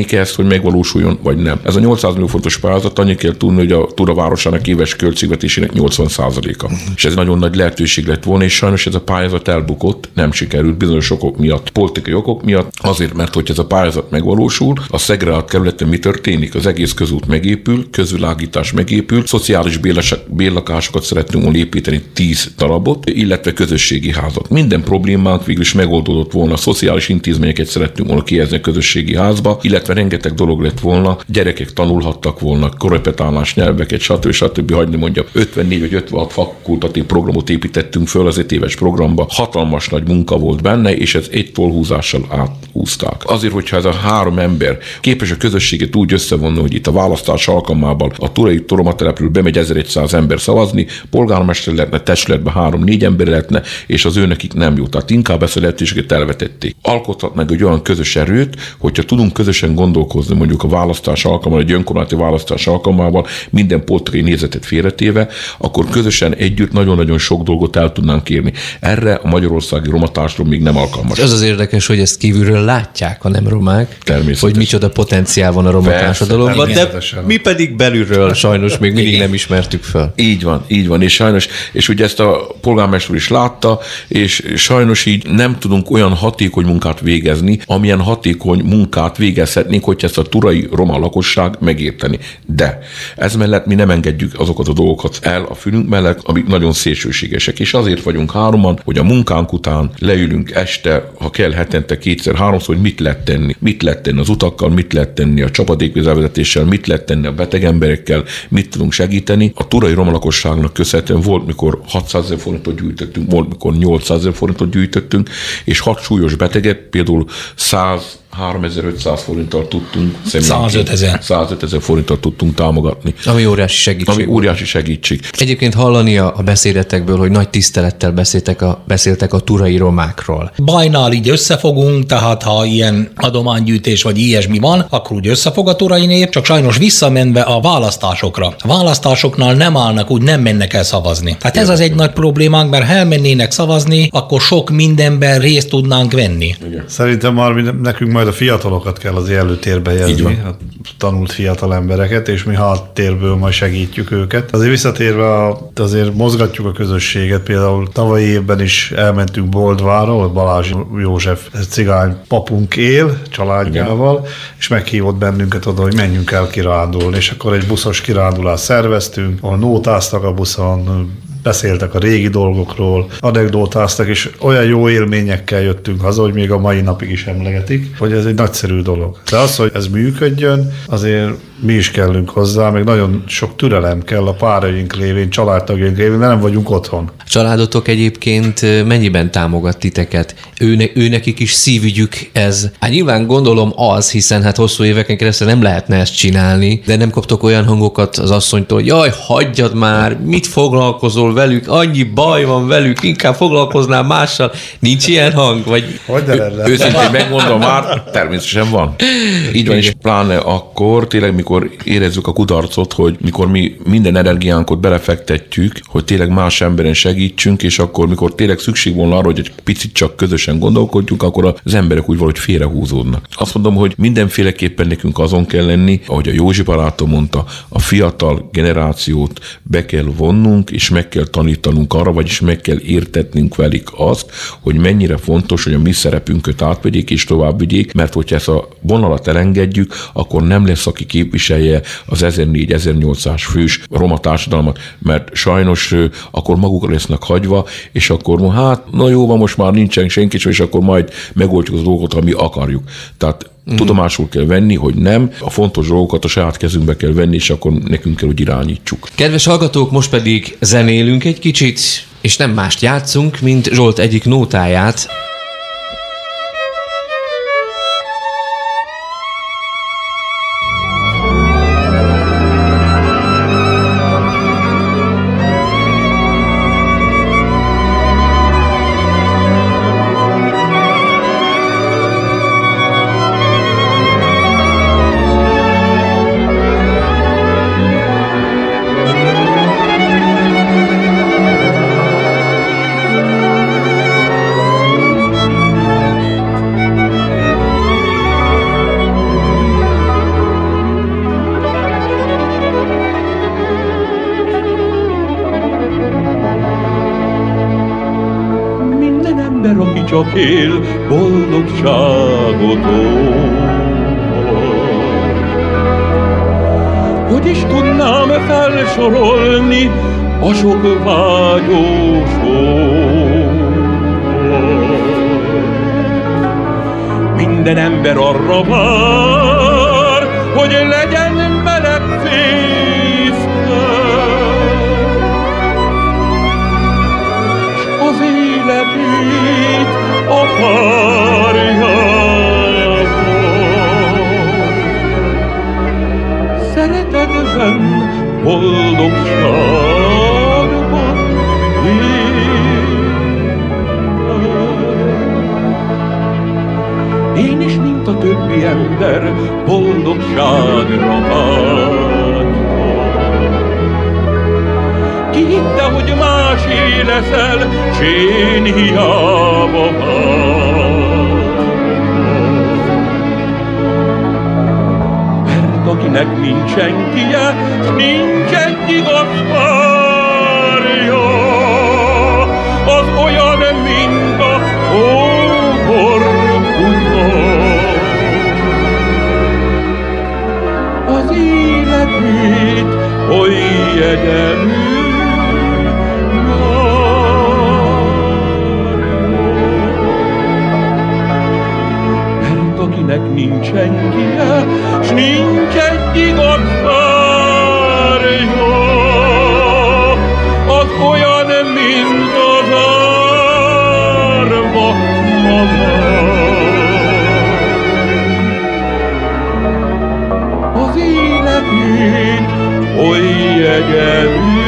hogy megvalósuljon, vagy nem. Ez a 800 millió forintos pályázat, annyi kell tudni, hogy a Tura városának éves költségvetésének 80%-a. És ez nagyon nagy lehetőség lett volna, és sajnos ez a pályázat elbukott, nem sikerült bizonyos okok miatt, politikai okok miatt, azért, mert hogy ez a pályázat megvalósul, a szegregált kerületen mi történik? Az egész közút megépül, közvilágítás megépül, szociális bérlakásokat szeretnünk volna építeni 10 darabot, illetve közösségi házat. Minden problémánk végül is megoldódott volna, a szociális intézményeket szeretnünk volna kihelyezni a közösségi házba, illetve rengeteg dolog lett volna, gyerekek tanulhattak volna, korrepetálás nyelveket, stb. Hagyni mondjam, 54 vagy 56 fakultatív programot építettünk föl az 5 éves programba, hatalmas nagy munka volt benne, és ez egy tollhúzással áthúzták. Azért, hogyha ez a 3 ember képes a közösséget úgy összevonni, hogy itt a választás alkalmával a Turai Toromatelepről bemegy 1100 ember szavazni, polgármester lehetne, testületben 3-4 ember lehetne, és az őnekik nem jó. Tehát inkább ezt a lehetőséget elvetették. Alkothatnak egy olyan közös erőt, hogyha tudunk közösen gondolkozni mondjuk a választás alkalmával, egy önkormányzati választás alkalmával, minden politikai nézetet félretéve, akkor közösen együtt nagyon-nagyon sok dolgot el tudnánk érni. Erre a magyarországi roma társadalom még nem alkalmas. Az érdekes, hogy ezt kívülről látják a nem romák, hogy micsoda potenciál van a roma társadalomban, de mi pedig belülről sajnos még mindig nem ismertük fel. Így van, és sajnos, és ugye ezt a polgármester is látta, és sajnos így nem tudunk olyan hatékony munkát végezni, amilyen hatékony munkát végezhetnénk, hogyha ezt a turai roma lakosság megérteni. De ez mellett mi nem engedjük azokat a dolgokat el a fülünk mellett, amik nagyon szélsőségesek, és azért vagyunk 3-an, hogy a munkánk után leülünk este, ha kell hetente 2-3-szor, hogy mit lehet tenni. Mit lehet tenni az utakkal, mit lehet tenni a csapadékvízelvezetéssel, mit lehet tenni a beteg emberekkel, mit tudunk segíteni. A turai roma lakosságnak köszönhetően volt, mikor 600 000 forintot gyűjtöttünk, volt, mikor 800 000 forintot gyűjtöttünk, és 6 súlyos beteget, például 3500 forinttal tudtunk 105 000 forinttal tudtunk támogatni. Ami óriási segítség. Egyébként hallani a beszédetekből, hogy nagy tisztelettel beszéltek a turai romákról. Bajnál így összefogunk, tehát ha ilyen adománygyűjtés vagy ilyesmi van, akkor úgy összefog a turai nép, csak sajnos visszamenve a választásokra. A választásoknál nem állnak, úgy nem mennek el szavazni. Hát ez az egy nagy problémánk, mert ha elmennének szavazni, akkor sok mindenben részt tudnánk venni. Igen. Szerintem már nekünk majd a fiatalokat kell az előtérbe helyezni, a tanult fiatal embereket, és mi háttérből majd segítjük őket. Azért visszatérve, azért mozgatjuk a közösséget, például tavalyi évben is elmentünk Boldvára, ahol Balázs József cigány papunk él családjával, és meghívott bennünket oda, hogy menjünk el kirándulni, és akkor egy buszos kirándulást szerveztünk, ahol nótáztak a buszon, beszéltek a régi dolgokról, anekdótáztak, és olyan jó élményekkel jöttünk haza, hogy még a mai napig is emlegetik, hogy ez egy nagyszerű dolog. De az, hogy ez működjön, azért mi is kellünk hozzá, meg nagyon sok türelem kell a páraink lévén, családtagjaink lévén, mert nem vagyunk otthon. A családotok egyébként mennyiben támogat titeket? Őnekik is szívügyük ez. Hát nyilván gondolom az, hiszen hát hosszú éveken keresztül nem lehetne ezt csinálni, de nem kaptok olyan hangokat az asszonytól, hogy jaj, hagyjad már, mit foglalkozol velük, annyi baj van velük, inkább foglalkoznál mással. Nincs ilyen hang? Vagy... Őszintén megmondom már, természetesen van. Így van, és pláne akkor tényleg, mikor érezzük a kudarcot, hogy mikor mi minden energiánkat belefektetjük, hogy tényleg más emberen segítsünk, és akkor, mikor tényleg szükség volna arra, hogy egy picit csak közösen gondolkodjunk, akkor az emberek úgy valahogy félrehúzódnak. Azt mondom, hogy mindenféleképpen nekünk azon kell lenni, ahogy a Józsi barátom mondta, a fiatal generációt be kell vonnunk, és meg kell tanítanunk arra, vagyis meg kell értetnünk velük azt, hogy mennyire fontos, hogy a mi szerepünket átvegyék és tovább vigyék, mert hogyha ezt a vonalat elengedjük, akkor nem lesz, aki képviselje az 1400-1800 fős roma társadalmat, mert sajnos akkor maguk lesznek hagyva, és akkor hát, na jó, van, most már nincsen senki, és akkor majd megoldjuk az dolgokat, ami akarjuk. Tehát tudomásul kell venni, hogy nem, a fontos dolgokat a saját kezünkbe kell venni, és akkor nekünk kell, hogy irányítsuk. Kedves hallgatók, most pedig zenélünk egy kicsit, és nem mást játszunk, mint Zsolt egyik nótáját. Minden ember, aki csak él, boldogságot hoz. Hogy is tudnám felsorolni a sok vágyós minden ember arra vár, hogy legyen meleg fészke, s az életét a párjával szeretetben, boldogságban én is, mint a többi ember, boldogságra vágyom. Ki hitte, hogy másé leszel, s én hiába vágyom. Mert akinek nincs senkie, s nincs egy igaz párja, az olyan, mint a hóbor. Az életét oly egyenlő mert akinek nincs senkie, s nincs egy igaz párja, az olyan, mint az árva maga. Az életét oly egyenlő.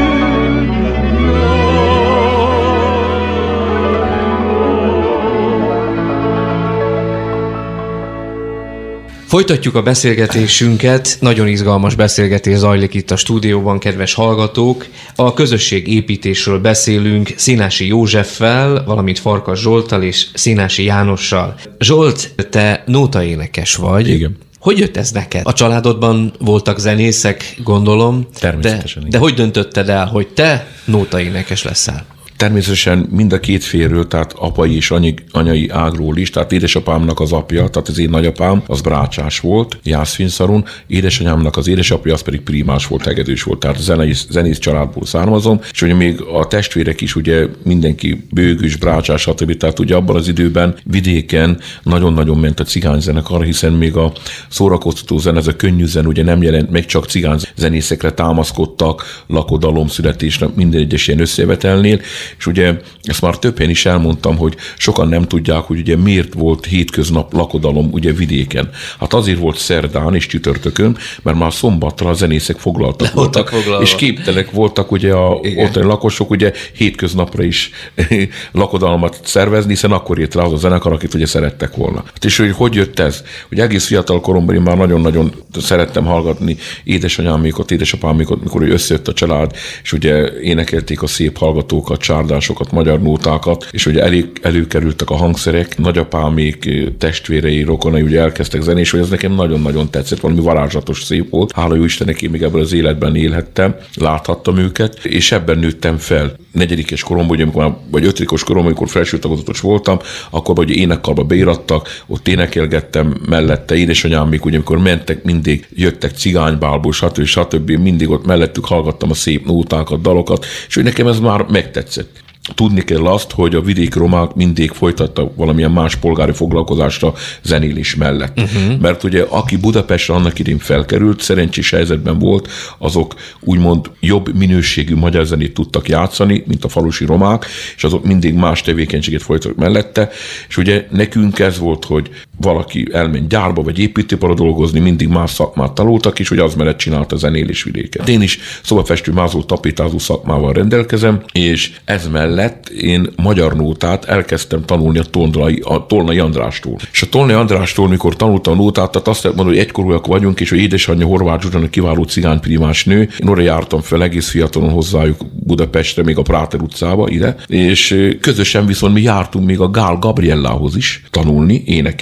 Folytatjuk a beszélgetésünket, nagyon izgalmas beszélgetés zajlik itt a stúdióban, kedves hallgatók. A közösségépítésről beszélünk Színási Józseffel, valamint Farkas Zsolttal és Színási Jánossal. Zsolt, te nótaénekes vagy. Igen. Hogy jött ez neked? A családodban voltak zenészek, gondolom. Természetesen. De hogy döntötted el, hogy te nótaénekes leszel? Természetesen mind a két férről, tehát apai és anyai ágról is, tehát édesapámnak az apja, tehát az én nagyapám, az brácsás volt, Jászfinszarun, édesanyámnak az édesapja, az pedig primás volt, hegedűs volt, tehát zenész családból származom, és ugye még a testvérek is, ugye mindenki bőgős, brácsás, stb. Tehát ugye abban az időben vidéken nagyon-nagyon ment a cigányzenekar, hiszen még a szórakoztató zene, ez a könnyű zene ugye nem jelent, meg csak cigányzenészekre támaszkodtak, lakodalom, születésre, minden egyes ilyen összejövetelnél. És ugye ezt már több helyen is elmondtam, hogy sokan nem tudják, hogy ugye miért volt hétköznap lakodalom ugye vidéken. Hát azért volt szerdán és csütörtökön, mert már szombatra a zenészek foglaltak voltak, és képtelenek voltak ugye a ottani lakosok ugye hétköznapra is lakodalmat szervezni, hiszen akkor ért rá az a zenekar, akit ugye szerettek volna. Hát és hogy jött ez? Ugye egész fiatal koromban én már nagyon-nagyon szerettem hallgatni édesanyámékat, édesapámékat, mikor összejött a család, és ugye énekelték a szép hallgatókat, csárdásokat, magyar nótákat, és ugye előkerültek a hangszerek, nagyapámék, testvérei, rokonai ugye elkezdtek zenélni, és hogy ez nekem nagyon-nagyon tetszett, valami varázslatos szép volt. Hála jó Istennek, én még ebben az életben élhettem, láthattam őket, és ebben nőttem fel. 4. koromban, vagy 5. koromban, amikor felső tagozatos voltam, akkor vagy énekkarba beirattak, ott énekelgettem mellette, édesanyám még ugye, amikor mentek, mindig jöttek cigánybálból, stb. Mindig ott mellettük hallgattam a szép nótákat, dalokat, és hogy nekem ez már megtetszett. Tudni kell azt, hogy a vidéki romák mindig folytattak valamilyen más polgári foglalkozásra zenélés mellett. Mert ugye aki Budapestre annak idén felkerült, szerencsés helyzetben volt, azok úgymond jobb minőségű magyar zenét tudtak játszani, mint a falusi romák, és azok mindig más tevékenységet folytattak mellette, és ugye nekünk ez volt, hogy valaki elment gyárba vagy építőiparra dolgozni, mindig más szakmát tanultak, és hogy az mellett csinálta a zenélés vidéket. Én is szobafestő, mázó, tapétázó szakmával rendelkezem, és ez mellett én magyar nótát elkezdtem tanulni a Tolnai Andrástól. És a Tolnai Andrástól, mikor tanultam a nótát, tehát azt lehet mondani, hogy egykorúak vagyunk, és hogy édesanyja Horváth Zsuzsana kiváló cigányprimás nő. Én oda jártam fel egész fiatalon hozzájuk Budapestre, még a Práter utcába ide, és közösen viszont mi jártunk még a Gál Gabriellához is tanulni, énekelni.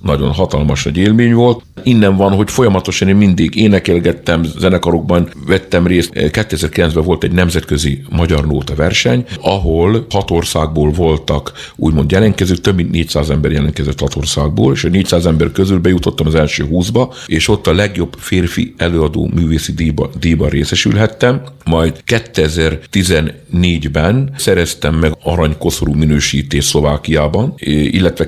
nagyon hatalmas nagy élmény volt. Innen van, hogy folyamatosan én mindig énekelgettem, zenekarokban vettem részt. 2009-ben volt egy nemzetközi magyar nóta verseny, ahol 6 országból voltak úgymond jelentkezők, több mint 400 ember jelentkezett 6 országból, és a 400 ember közül bejutottam az első 20-ba, és ott a legjobb férfi előadó művészi díjban részesülhettem, majd 2014-ben szereztem meg aranykoszorú minősítést Szlovákiában, illetve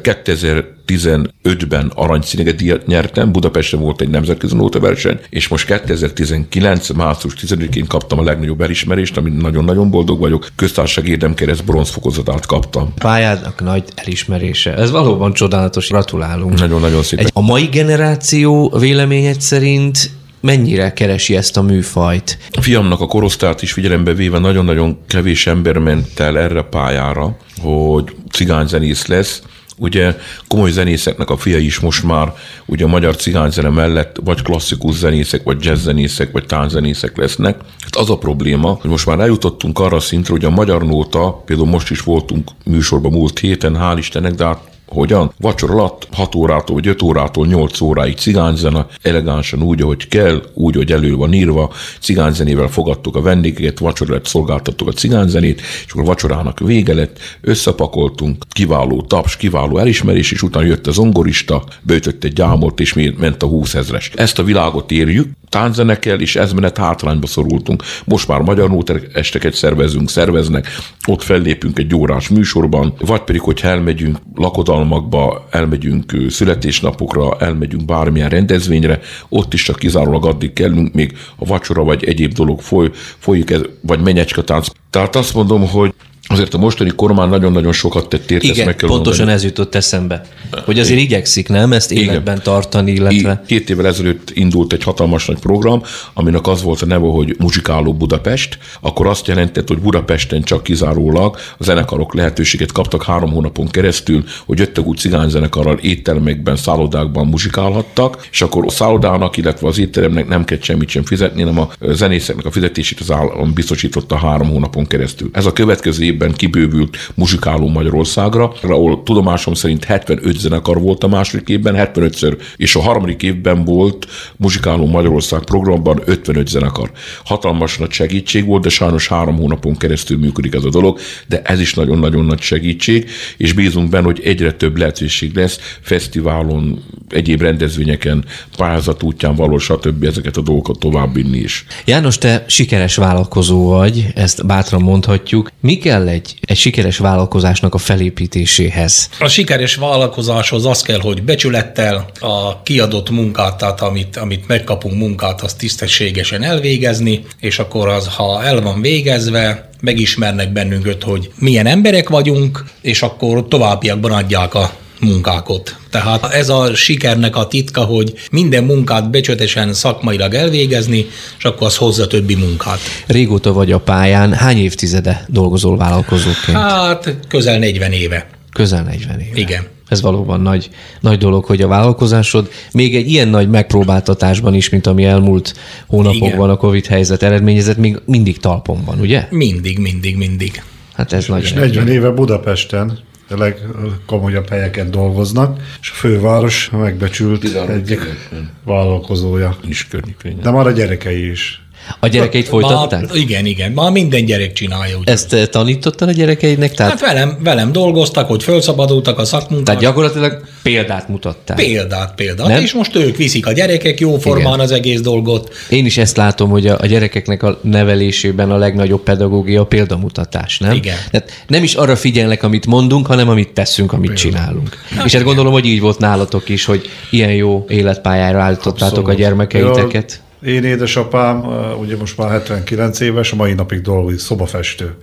2015-ben aranyszíneget díjat nyertem, Budapesten volt egy nemzetközi nótaverseny, és most 2019. március 15-én kaptam a legnagyobb elismerést, amit nagyon-nagyon boldog vagyok, köztársasági érdemkereszt bronzfokozatát kaptam. Pályának nagy elismerése. Ez valóban csodálatos, gratulálunk. Nagyon-nagyon szépen. A mai generáció véleményed szerint mennyire keresi ezt a műfajt? A fiamnak a korosztályt is figyelembe véve nagyon-nagyon kevés ember ment el erre a pályára, hogy cigányzenész lesz. Ugye komoly zenészeknek a fiai is most már ugye a magyar cigányzene mellett vagy klasszikus zenészek, vagy jazzzenészek, vagy tánczenészek lesznek. Hát az a probléma, hogy most már eljutottunk arra a szintre, hogy a magyar nóta, például most is voltunk műsorban múlt héten, hál' Istennek, de hogyan? Vacsora alatt 6 órától vagy 5 órától 8 óráig cigányzene, elegánsan úgy, ahogy kell, úgy, hogy elő van írva, cigányzenével fogadtuk a vendégeket, vacsora lett, szolgáltattuk a cigányzenét, és akkor vacsorának vége lett, összepakoltunk, kiváló taps, kiváló elismerés, és utána jött a zongorista, beütött egy gyámolt, és ment a 20 000-es. Ezt a világot érjük, tánczenekkel, és ez menet hátrányba szorultunk. Most már magyar nótaesteket szerveznek, ott fellépünk egy órás műsorban, vagy pedig, hogyha elmegyünk lakodalmakba, elmegyünk születésnapokra, elmegyünk bármilyen rendezvényre, ott is csak kizárólag addig kellünk, még a vacsora vagy egyéb dolog folyik, vagy menyecskatánc. Tehát azt mondom, hogy azért a mostani kormány nagyon-nagyon sokat tett érte. Igen, pontosan mondani. Ez jutott eszembe. Hogy azért igyekszik, nem? Ezt életben tartani, illetve... 2 évvel ezelőtt indult egy hatalmas nagy program, aminek az volt a neve, hogy Muzsikáló Budapest. Akkor azt jelentett, hogy Budapesten csak kizárólag a zenekarok lehetőséget kaptak 3 hónapon keresztül, hogy 5 tagú cigányzenekarral éttermekben, szállodákban muzsikálhattak, és akkor a szállodának, illetve az étteremnek nem kell semmit sem fizetni, hanem a zenészeknek a fizetését az állam biztosította 3 hónapon keresztül. Ez a következő évben kibővült Muzsikáló Magyarországra, ahol tudomásom szerint 75 zenekar volt a második évben, 75-ször, és a harmadik évben volt Muzsikáló Magyarország programban 55 zenekar. Hatalmas nagy segítség volt, de sajnos 3 hónapon keresztül működik ez a dolog, de ez is nagyon-nagyon nagy segítség, és bízunk benne, hogy egyre több lehetőség lesz fesztiválon, egyéb rendezvényeken, pályázat útján való, stb. Ezeket a dolgokat továbbvinni is. János, te sikeres vállalkozó vagy, ezt bátran mondhatjuk. Mi kell egy sikeres vállalkozásnak a felépítéséhez? A sikeres vállalkozáshoz az kell, hogy becsülettel a kiadott munkát, tehát amit megkapunk munkát, azt tisztességesen elvégezni, és akkor az, ha el van végezve, megismernek bennünket, hogy milyen emberek vagyunk, és akkor továbbiakban adják a munkákat. Tehát ez a sikernek a titka, hogy minden munkát becsületesen szakmailag elvégezni, és akkor az hozza többi munkát. Régóta vagy a pályán, hány évtizede dolgozol vállalkozóként? Hát közel 40 éve. Közel 40 éve. Igen. Ez valóban nagy dolog, hogy a vállalkozásod még egy ilyen nagy megpróbáltatásban is, mint ami elmúlt hónapokban igen. A Covid helyzet eredményezett, még mindig talpon van, ugye? Mindig. Hát ez nagy. 40 éve Budapesten a legkomolyabb helyeken dolgoznak, és a főváros megbecsült egyik vállalkozója. De már a gyerekei is. A gyerekeit folytatták? Igen. Már minden gyerek csinálja. Ezt tanítottad a gyerekeidnek? Tehát... Hát velem dolgoztak, hogy felszabadultak a szakmunkát. Tehát gyakorlatilag példát mutattál. Példát. Nem? És most ők viszik a gyerekek jóformán az egész dolgot. Én is ezt látom, hogy a gyerekeknek a nevelésében a legnagyobb pedagógia a példamutatás, nem? Igen. Tehát nem is arra figyelnek, amit mondunk, hanem amit teszünk, amit csinálunk. És hát gondolom, hogy így volt nálatok is, hogy ilyen jó életpályára állítottátok a gyermekeiteket. Én édesapám, ugye most már 79 éves, a mai napig dolgozik, szobafestő.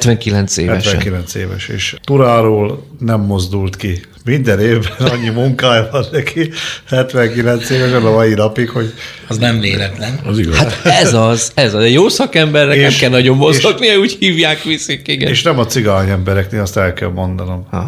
79 éves. 79 éves, és Turáról nem mozdult ki. Minden évben annyi munkája van neki, 79 évesen a mai napig, hogy... Az nem véletlen. Az igaz. Hát ez az. Egy jó szakembernek nem kell nagyon mozogni, úgy hívják, viszik, igen. És nem a cigány embereknél, azt el kell mondanom. Aha.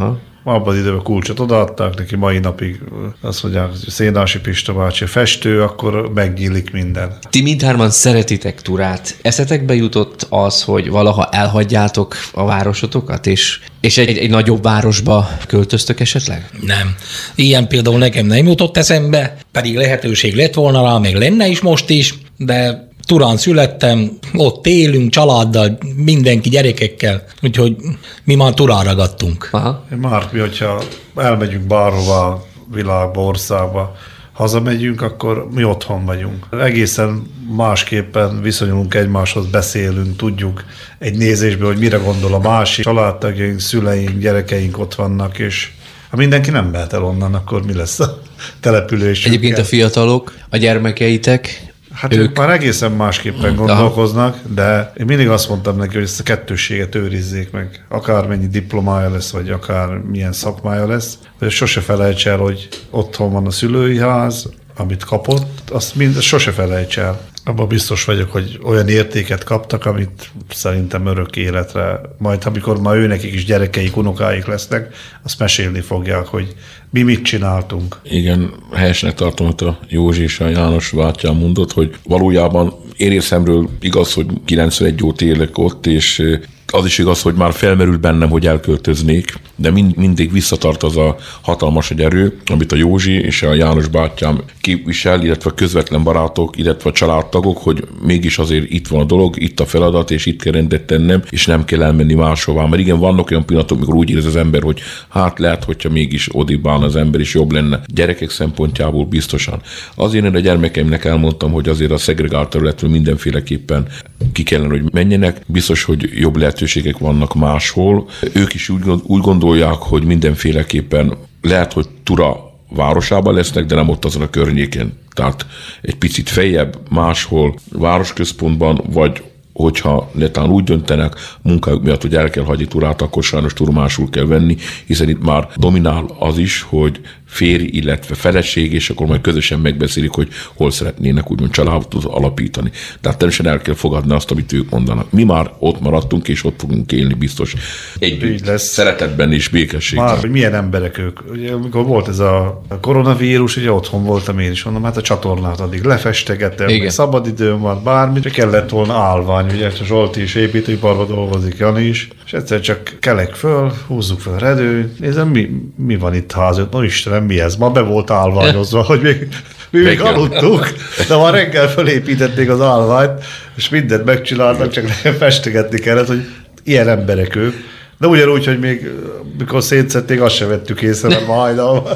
abban az időben kulcsot odaadták, neki mai napig azt mondják, hogy Szénási Pista bácsi festő, akkor megnyílik minden. Ti mindhárman szeretitek Turát. Eszetekbe jutott az, hogy valaha elhagyjátok a városotokat, és egy nagyobb városba költöztök esetleg? Nem. Ilyen például nekem nem jutott eszembe, pedig lehetőség lett volna rá, még lenne is most is, de Turán születtem, ott élünk családdal, mindenki gyerekekkel, úgyhogy mi már Turán ragadtunk. Aha. Mi, hogyha elmegyünk bárhova, világba, országba, hazamegyünk, akkor mi otthon vagyunk. Egészen másképpen viszonyulunk egymáshoz, beszélünk, tudjuk egy nézésből, hogy mire gondol a másik. Családtagjaink, szüleink, gyerekeink ott vannak, és ha mindenki nem mehet el onnan, akkor mi lesz a településünk? Egyébként a fiatalok, a gyermekeitek, Hát ők már egészen másképpen gondolkoznak, de én mindig azt mondtam neki, hogy ezt a kettősséget őrizzék meg. Akármennyi diplomája lesz, vagy akár milyen szakmája lesz, hogy sose felejts el, hogy otthon van a szülői ház, amit kapott, azt sose felejts el. Abban biztos vagyok, hogy olyan értéket kaptak, amit szerintem örök életre, majd amikor már őnekik is gyerekeik, unokáik lesznek, azt mesélni fogják, hogy mi mit csináltunk. Igen, helyesnek tartom, hogy a Józsi és a János bátyám mondott, hogy valójában én részemről igaz, hogy 91 óta élek ott, és az is igaz, hogy már felmerült bennem, hogy elköltöznék, de mindig visszatart az a hatalmas erő, amit a Józsi és a János bátyám képvisel, illetve közvetlen barátok, illetve családtagok, hogy mégis azért itt van a dolog, itt a feladat, és itt kell rendet tennem, és nem kell elmenni máshová. Mert igen, vannak olyan pillanatok, amikor úgy érez az ember, hogy hát lehet, hogyha mégis odébb állna az ember, és jobb lenne. Gyerekek szempontjából biztosan. Azért én a gyermekeimnek elmondtam, hogy azért a szegregált területről mindenféleképpen ki kellene, hogy menjenek. Biztos, hogy jobb lehetőségek vannak máshol. Ők is úgy gondolják, hogy mindenféleképpen lehet, hogy Tura városában lesznek, de nem ott azon a környéken. Tehát egy picit feljebb, máshol, városközpontban, vagy hogyha netán úgy döntenek munkájuk miatt, hogy el kell hagyni Turát, akkor sajnos tudomásul kell venni, hiszen itt már dominál az is, hogy férj, illetve feleség, és akkor majd közösen megbeszélik, hogy hol szeretnének úgymond családot alapítani. Tehát természetesen el kell fogadni azt, amit ők mondanak. Mi már ott maradtunk, és ott fogunk élni biztos. Együtt, lesz. Szeretetben és békességben. Már, hogy milyen emberek ők. Ugye, amikor volt ez a koronavírus, ugye otthon voltam én is, mondom, hát a csatornát addig lefestegettem, szabadidőm van, bármit, kellett volna állvány, ugye Zsolti is építőiparban dolgozik, Jani is, és egyszer csak kelek föl, húzzuk fel a redőnyt, nézem, mi van itt házat, no Istenem, mi ez? Ma be volt állványozva, hogy mi még aludtunk, de már reggel fölépítették az állványt, és mindent megcsináltak, csak nekem festegetni kellett, hogy ilyen emberek ők. De ugyanúgy, hogy még mikor szétszedték, azt sem vettük észre, mert majdnem.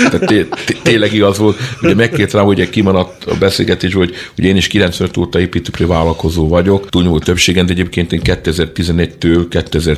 Tényleg igaz volt. Ugye megkért rám, hogy kimaradt a beszélgetés, hogy ugye én is 95 óta építőipari vállalkozó vagyok. Túlnyomó többségen, de egyébként én 2011-től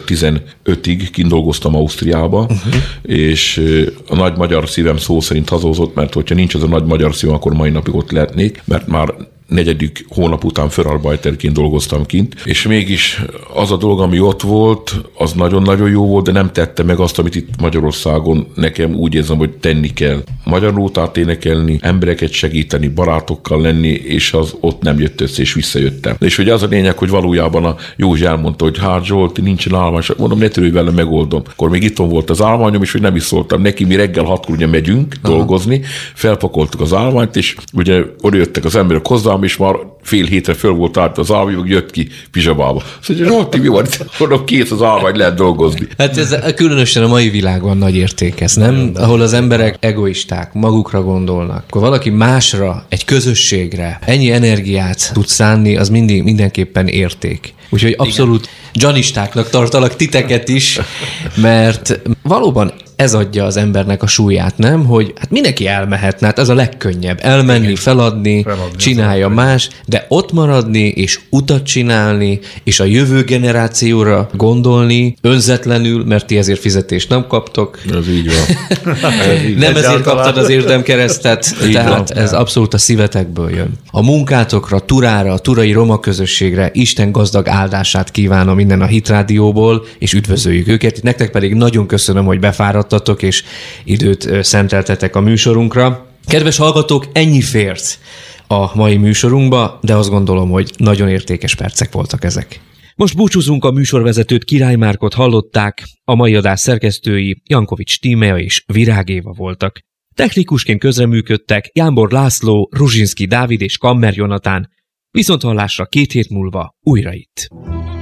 2015-ig kindolgoztam Ausztriába, és a nagy magyar szívem szó szerint hazahozott, mert hogyha nincs az a nagy magyar szívem, akkor mai napig ott lehetnék, mert már 4. hónap után Förarbeiterként dolgoztam kint, és mégis az a dolog, ami ott volt, az nagyon-nagyon jó volt, de nem tette meg azt, amit itt Magyarországon nekem úgy érzem, hogy tenni kell. Magyar nótát énekelni, embereket segíteni, barátokkal lenni, és az ott nem jött össze, és visszajöttem. És ugye az a lényeg, hogy valójában a Józsi elmondta, hogy hát Zsolti, nincsen állvány, mondom, ne törődj vele, megoldom. Akkor még itthon volt az állványom, és hogy nem is szóltam neki, mi reggel 6-kor ugye megyünk dolgozni, felpakoltuk az állványt, és ugye oda jöttek az emberek hozzám, és már fél hétre föl volt állt az állvány, meg jött ki pizsamába. Szóval, Zsolti, mi van? Mondom, kész az állvány, lehet dolgozni. Hát ez különösen a mai világban nagy érték ez, nem? Ahol az emberek egoisták, magukra gondolnak. Akkor valaki másra, egy közösségre ennyi energiát tud szánni, az mindenképpen érték. Úgyhogy abszolút dzsanistáknak tartalak titeket is, mert valóban ez adja az embernek a súlyát, nem? Hogy hát mindenki elmehetne, hát ez a legkönnyebb. Elmenni, feladni csinálja más, de ott maradni, és utat csinálni, és a jövő generációra gondolni, önzetlenül, mert ti ezért fizetést nem kaptok. Ez így van. Nem ezért kaptad az érdemkeresztet, tehát ez abszolút a szívetekből jön. A munkátokra, Turára, a turai roma közösségre Isten gazdag áldását kívánom innen a Hit Rádióból, és üdvözöljük őket. Nektek pedig nagyon köszönöm, hogy befáradtatok, és időt szenteltetek a műsorunkra. Kedves hallgatók, ennyi fért a mai műsorunkba, de azt gondolom, hogy nagyon értékes percek voltak ezek. Most búcsúzunk, a műsorvezetőt, Király Márkot hallották, a mai adás szerkesztői Jankovics Tímea és Virág Éva voltak. Technikusként közreműködtek Jámbor László, Ruzsinszky Dávid és Kammer Jonatán. Viszonthallásra 2 hét múlva újra itt.